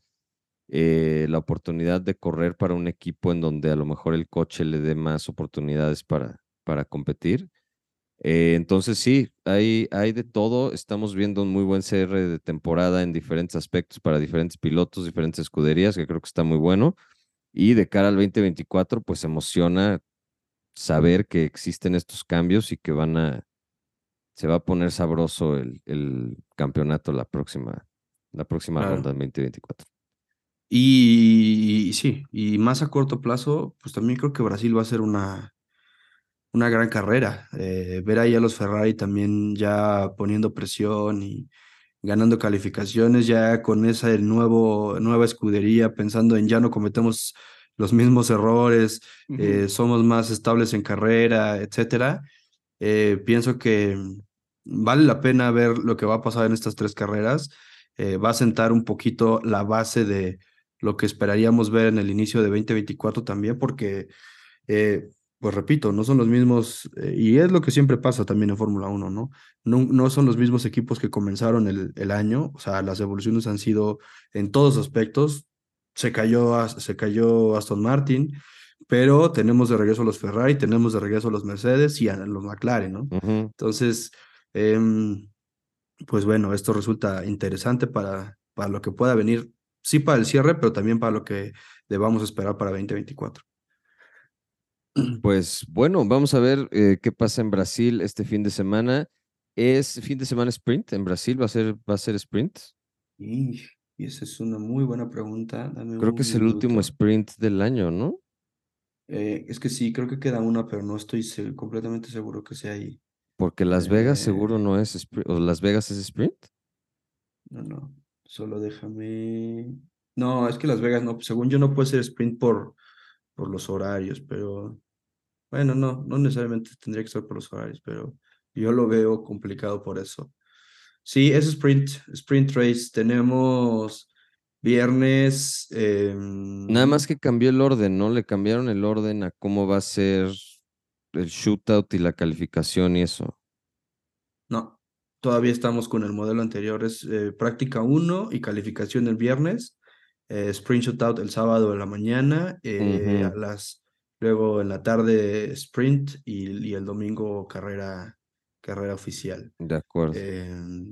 la oportunidad de correr para un equipo en donde a lo mejor el coche le dé más oportunidades para competir. Entonces sí, hay de todo. Estamos viendo un muy buen cierre de temporada en diferentes aspectos para diferentes pilotos, diferentes escuderías, que creo que está muy bueno. Y de cara al 2024, pues emociona saber que existen estos cambios y que se va a poner sabroso el campeonato la próxima ronda Claro. en 2024. Y sí, y más a corto plazo, pues también creo que Brasil va a ser una gran carrera. Ver ahí a los Ferrari también ya poniendo presión y ganando calificaciones, ya con esa nueva escudería, pensando en ya no cometemos los mismos errores, Ujú. somos más estables en carrera, etcétera. Pienso que vale la pena ver lo que va a pasar en estas tres carreras. Va a sentar un poquito la base de lo que esperaríamos ver en el inicio de 2024 también, porque, pues repito, no son los mismos, y es lo que siempre pasa también en Fórmula Uno, ¿no? No, no son los mismos equipos que comenzaron el año, o sea, las evoluciones han sido en todos aspectos. Se cayó Aston Martin, pero tenemos de regreso a los Ferrari, tenemos de regreso a los Mercedes y a los McLaren, ¿no? Ujú. Entonces, pues bueno, esto resulta interesante para lo que pueda venir, sí para el cierre, pero también para lo que debamos esperar para 2024. Pues bueno, vamos a ver qué pasa en Brasil este fin de semana. ¿Es fin de semana sprint en Brasil? ¿Va a ser sprint? Y, y esa es una muy buena pregunta, dame Creo que un es el último minuto. sprint del año, ¿no? Es que sí, creo que queda una, pero no estoy completamente seguro que sea ahí. Porque Las Vegas seguro Eh, no es sprint, o Las Vegas es sprint. no, no, solo déjame... No, es que Las Vegas no, según yo no puede ser sprint por los horarios, pero bueno, no, no necesariamente tendría que ser por los horarios, pero yo lo veo complicado por eso. Sí, es sprint race. Tenemos viernes. Nada más que cambió el orden, ¿no? Le cambiaron el orden a cómo va a ser el shootout y la calificación y eso. No, todavía estamos con el modelo anterior. Es práctica uno y calificación el viernes. Sprint shootout el sábado en la mañana. Ujú. Luego en la tarde sprint y el domingo carrera oficial. De acuerdo. Eh,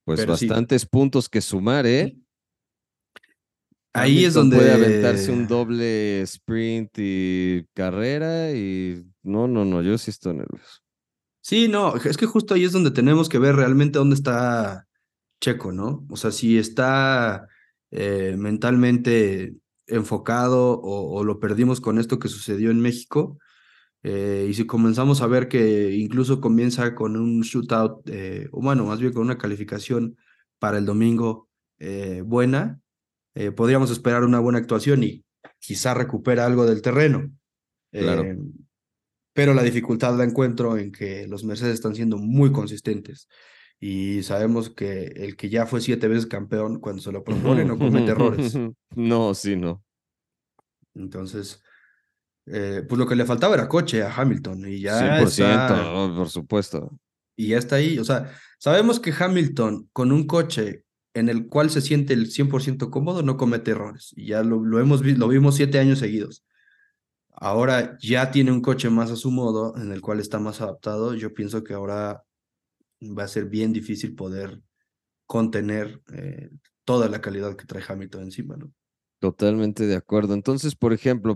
Pues pero sí, bastantes puntos que sumar, ¿eh? ahí es Hamilton puede aventarse donde... un doble sprint y carrera y no, yo sí estoy nervioso. Sí, no, es que justo ahí es donde tenemos que ver realmente dónde está Checo, ¿no? O sea, si está mentalmente enfocado o lo perdimos con esto que sucedió en México, y si comenzamos a ver que incluso comienza con un shootout, o bueno, más bien con una calificación para el domingo buena, podríamos esperar una buena actuación y quizá recupera algo del terreno. Claro, Eh, pero la dificultad la encuentro en que los Mercedes están siendo muy consistentes y sabemos que el que ya fue 7 veces campeón, cuando se lo propone, no comete errores. no, sí, no. Entonces, pues lo que le faltaba era coche a Hamilton Cien por ciento, oh, por supuesto. y ya está ahí. O sea, sabemos que Hamilton con un coche en el cual se siente el 100% cómodo no comete errores y ya lo hemos visto, lo vimos 7 años seguidos. Ahora ya tiene un coche más a su modo, en el cual está más adaptado. Yo pienso que ahora va a ser bien difícil poder contener toda la calidad que trae Hamilton encima, ¿no? Totalmente de acuerdo. Entonces, por ejemplo,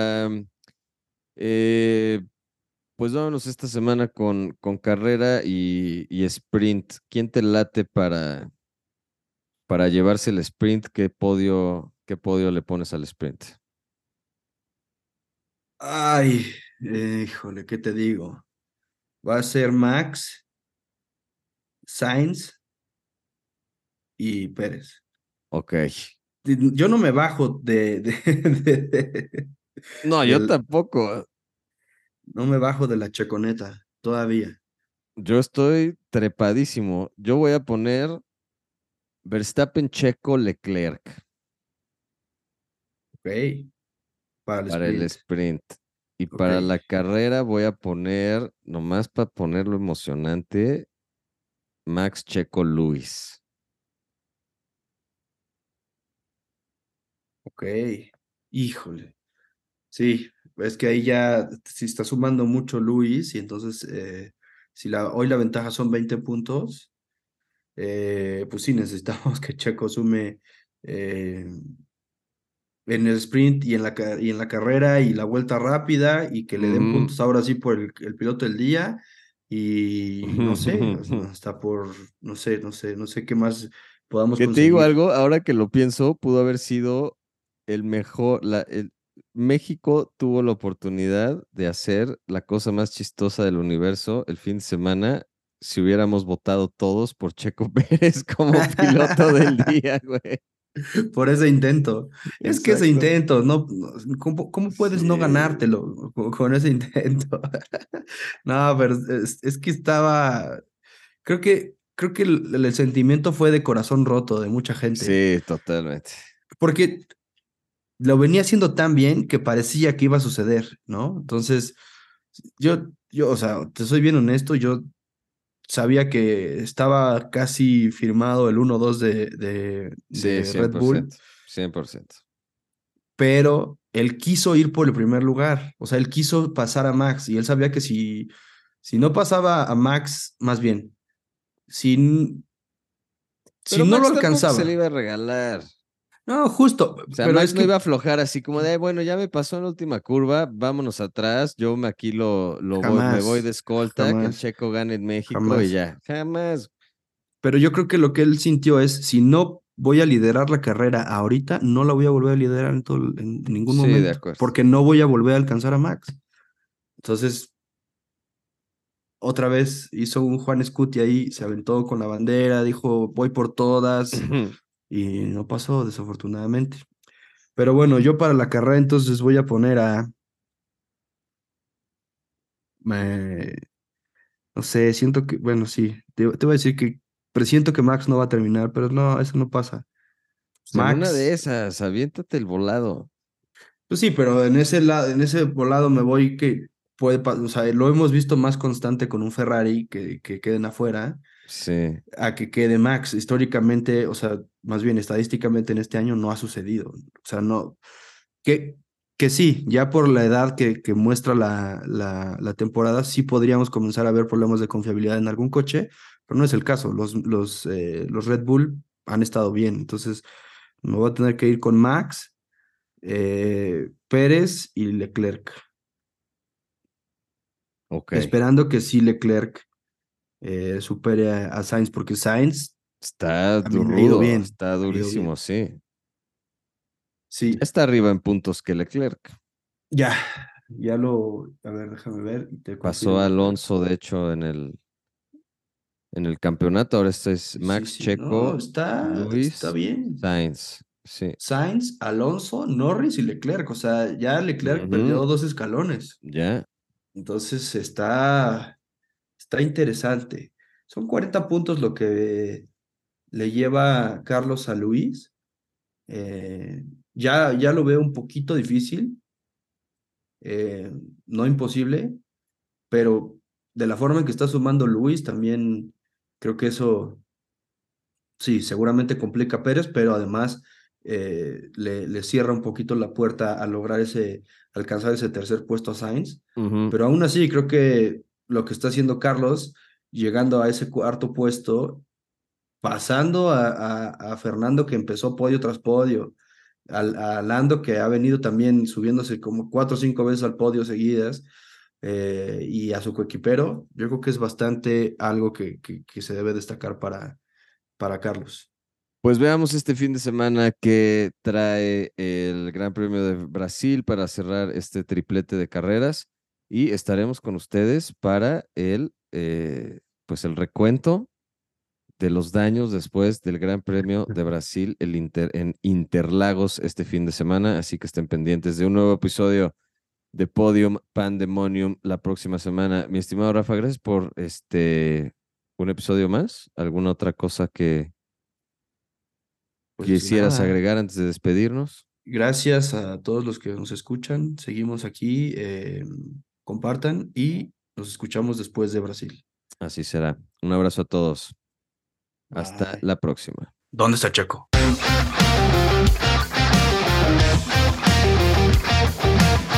eh, pues vámonos esta semana con carrera y sprint. ¿Quién te late para llevarse el sprint? Qué podio le pones al sprint? Ay, híjole, ¿qué te digo? Va a ser Max, Sainz y Pérez. Ok. Yo no me bajo No, yo del, tampoco. no me bajo de la checoneta todavía. Yo estoy trepadísimo. Yo voy a poner Verstappen, Checo, Leclerc Ok, para el para el sprint. sprint. Y Ok, para la carrera voy a poner, nomás para ponerlo emocionante, Max Checo Luis. ok. Híjole. Sí, es que ahí ya si está sumando mucho Luis y entonces si hoy la ventaja son 20 puntos, pues sí necesitamos que Checo sume eh, en el sprint y en la carrera y la vuelta rápida y que le den Ujú. puntos ahora sí por el piloto del día y no sé, hasta por, no sé qué más podamos Que te digo conseguir. algo, ahora que lo pienso, pudo haber sido el mejor, México tuvo la oportunidad de hacer la cosa más chistosa del universo el fin de semana si hubiéramos votado todos por Checo Pérez como piloto del día, güey. Por ese intento. Es que ese Exacto. intento, ¿cómo puedes no Sí. ganártelo con ese intento? No, pero es que creo que el sentimiento fue de corazón roto de mucha gente, Sí, totalmente. porque lo venía haciendo tan bien que parecía que iba a suceder, ¿no? Entonces, o sea, te soy bien honesto, yo sabía que estaba casi firmado el 1-2 Sí, de cien Red por Bull, ciento, 100%. pero él quiso ir por el primer lugar, o sea, él quiso pasar a Max y él sabía que si no pasaba a Max, más bien, si, si Pero no lo Max tampoco se le alcanzaba, iba a regalar. no, justo, O sea, pero Max es no iba que a aflojar así como de, "Ay, bueno, ya me pasó en la última curva, vámonos atrás, aquí me voy de jamás, escolta, que el jamás, Checo gane en México y jamás. ya. Jamás. Pero yo creo que lo que él sintió es, si no voy a liderar la carrera ahorita, no la voy a volver a liderar en ningún Sí, de momento, acuerdo. porque no voy a volver a alcanzar a Max. Entonces, otra vez hizo un Juan Scuti ahí, se aventó con la bandera, dijo, voy por todas, y no pasó, desafortunadamente. Pero bueno, yo para la carrera entonces voy a poner eh, no sé, siento que, bueno, sí, te voy a decir que presiento que Max no va a terminar, pero no, eso no pasa. Pues en una de Max, esas, aviéntate el volado. pues sí, pero en ese lado, en ese volado me voy que o sea, lo hemos visto más constante con un Ferrari que queden afuera Sí. a que quede Max. Históricamente, o sea, más bien estadísticamente en este año no ha sucedido. O sea, no, que, que sí, ya por la edad que muestra la temporada, sí podríamos comenzar a ver problemas de confiabilidad en algún coche, pero no es el caso. Los Red Bull han estado bien, entonces me voy a tener que ir con Max, Pérez y Leclerc, Ok. esperando que sí Leclerc supere a Sainz, porque Sainz Está también ha ido rudo, bien, está ha ido durísimo, bien. sí. Ya Sí, está arriba en puntos que Leclerc. ya, a ver, déjame ver y te Pasó a confirmo, pero Alonso, de hecho, en el campeonato. Ahora este es sí, Max sí, no, Checo, está Luis, bien. Sainz. Sí. Sainz, Alonso, Norris y Leclerc, o sea, ya Leclerc Ujú. perdió 2 escalones, Ya. entonces está interesante. Son 40 puntos lo que le lleva Carlos a Luis. Ya lo veo un poquito difícil, eh, no imposible, pero de la forma en que está sumando Luis, también creo que eso sí, seguramente complica a Pérez, pero además le cierra un poquito la puerta a lograr alcanzar ese tercer puesto a Sainz. Ujú. Pero aún así, creo que lo que está haciendo Carlos, llegando a ese cuarto puesto, pasando a Fernando que empezó podio tras podio, a Lando que ha venido también subiéndose como 4 o 5 veces al podio seguidas, y a su coequipero, yo creo que es bastante algo que se debe destacar para Carlos. Pues veamos este fin de semana qué trae el Gran Premio de Brasil para cerrar este triplete de carreras y estaremos con ustedes para pues el recuento de los daños después del Gran Premio de Brasil en Interlagos este fin de semana, así que estén pendientes de un nuevo episodio de Podium Pandemonium la próxima semana. Mi estimado Rafa, gracias por un episodio más. ¿Alguna otra cosa que Pues quisieras nada, agregar antes de despedirnos? gracias a todos los que nos escuchan. Seguimos aquí, compartan y nos escuchamos después de Brasil. Así será. Un abrazo a todos. Hasta Bye. la próxima. ¿Dónde está Checo?